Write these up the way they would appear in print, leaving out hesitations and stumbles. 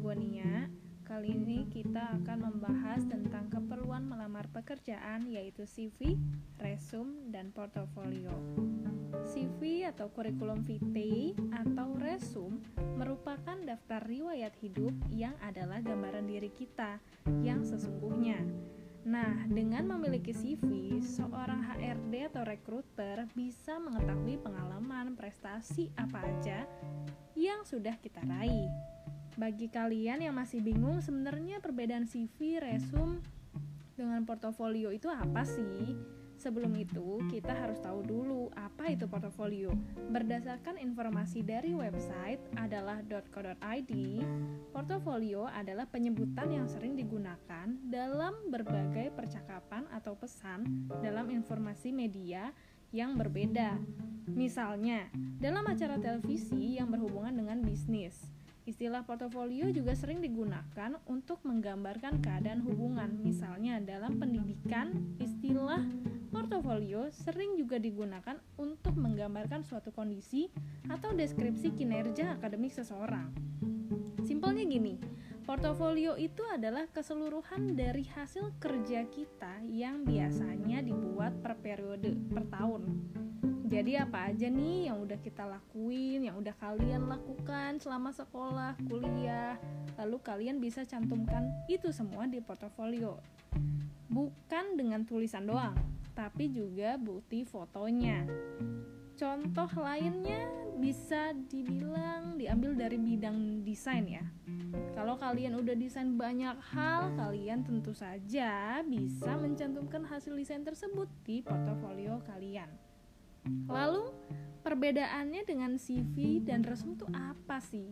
gue Nia. Kali ini kita akan membahas tentang keperluan melamar pekerjaan, yaitu CV, resume, dan portofolio. CV atau kurikulum vitae atau resume merupakan daftar riwayat hidup yang adalah gambaran diri kita yang sesungguhnya. Nah, dengan memiliki CV, seorang HRD atau rekruter bisa mengetahui pengalaman, prestasi apa aja yang sudah kita raih. Bagi kalian yang masih bingung sebenarnya perbedaan CV, resume dengan portofolio itu apa sih? Sebelum itu, kita harus tahu dulu apa itu portofolio. Berdasarkan informasi dari website adalah.co.id, portofolio adalah penyebutan yang sering digunakan dalam berbagai percakapan atau pesan dalam informasi media yang berbeda. Misalnya, dalam acara televisi yang berhubungan dengan bisnis. Istilah portofolio juga sering digunakan untuk menggambarkan keadaan hubungan. Misalnya dalam pendidikan, istilah portofolio sering juga digunakan untuk menggambarkan suatu kondisi atau deskripsi kinerja akademik seseorang. Simpelnya gini, portofolio itu adalah keseluruhan dari hasil kerja kita yang biasanya dibuat per periode, per tahun. Jadi apa aja nih yang udah kita lakuin, yang udah kalian lakukan selama sekolah, kuliah, lalu kalian bisa cantumkan itu semua di portofolio. Bukan dengan tulisan doang, tapi juga bukti fotonya. Contoh lainnya bisa dibilang diambil dari bidang desain ya. Kalau kalian udah desain banyak hal, kalian tentu saja bisa mencantumkan hasil desain tersebut di portofolio kalian. Lalu, perbedaannya dengan CV dan resume itu apa sih?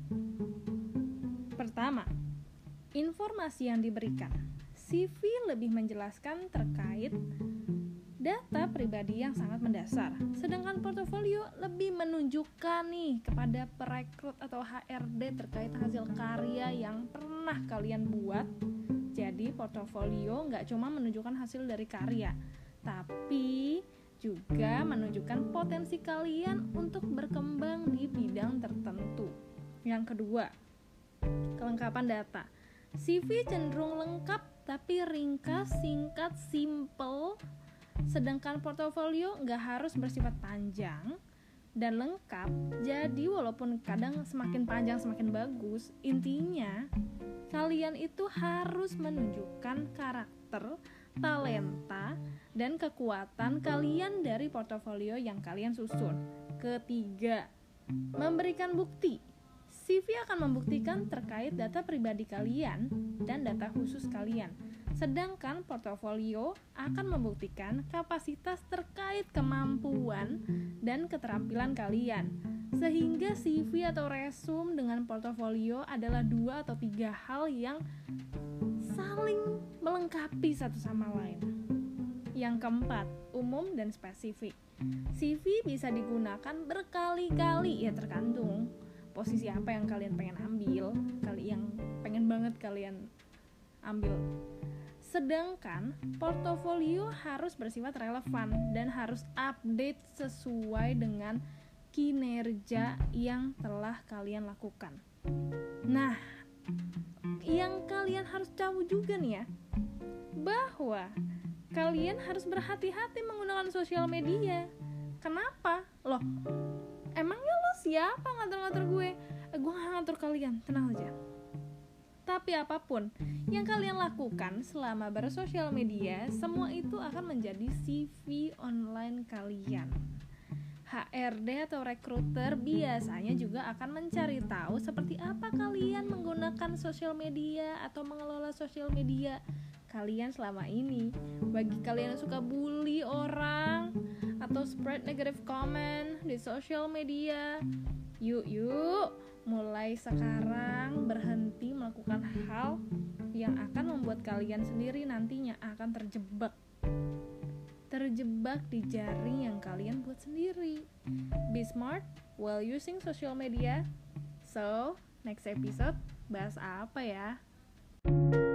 Pertama, informasi yang diberikan. CV lebih menjelaskan terkait data pribadi yang sangat mendasar, sedangkan portofolio lebih menunjukkan nih kepada perekrut atau HRD terkait hasil karya yang pernah kalian buat. Jadi portofolio nggak cuma menunjukkan hasil dari karya, tapi juga menunjukkan potensi kalian untuk berkembang di bidang tertentu. Yang kedua, kelengkapan data. CV cenderung lengkap tapi ringkas, singkat, simple. Sedangkan portofolio nggak harus bersifat panjang dan lengkap. Jadi walaupun kadang semakin panjang semakin bagus, intinya kalian itu harus menunjukkan karakter, talenta, dan kekuatan kalian dari portofolio yang kalian susun. Ketiga, memberikan bukti. CV akan membuktikan terkait data pribadi kalian dan data khusus kalian. Sedangkan portofolio akan membuktikan kapasitas terkait kemampuan dan keterampilan kalian. Sehingga CV atau resume dengan portofolio adalah 2 atau 3 hal yang saling melengkapi satu sama lain. Yang keempat, umum dan spesifik. CV bisa digunakan berkali-kali, ya tergantung posisi apa yang kalian pengen ambil, yang pengen banget kalian ambil. Sedangkan portofolio harus bersifat relevan dan harus update sesuai dengan kinerja yang telah kalian lakukan. Nah, yang kalian harus tahu juga nih ya, bahwa kalian harus berhati-hati menggunakan sosial media. Kenapa? Loh, emangnya lo siapa ngatur-ngatur gue? Gue gak ngatur kalian, tenang aja. Tapi apapun yang kalian lakukan selama bersosial media, semua itu akan menjadi CV online kalian. HRD atau rekruter biasanya juga akan mencari tahu seperti apa kalian menggunakan sosial media atau mengelola sosial media kalian selama ini. Bagi kalian yang suka bully orang atau spread negative comment di sosial media, yuk mulai sekarang berhenti melakukan hal yang akan membuat kalian sendiri nantinya akan terjebak di jaring yang kalian buat sendiri. Be smart while using social media. So, next episode bahas apa ya?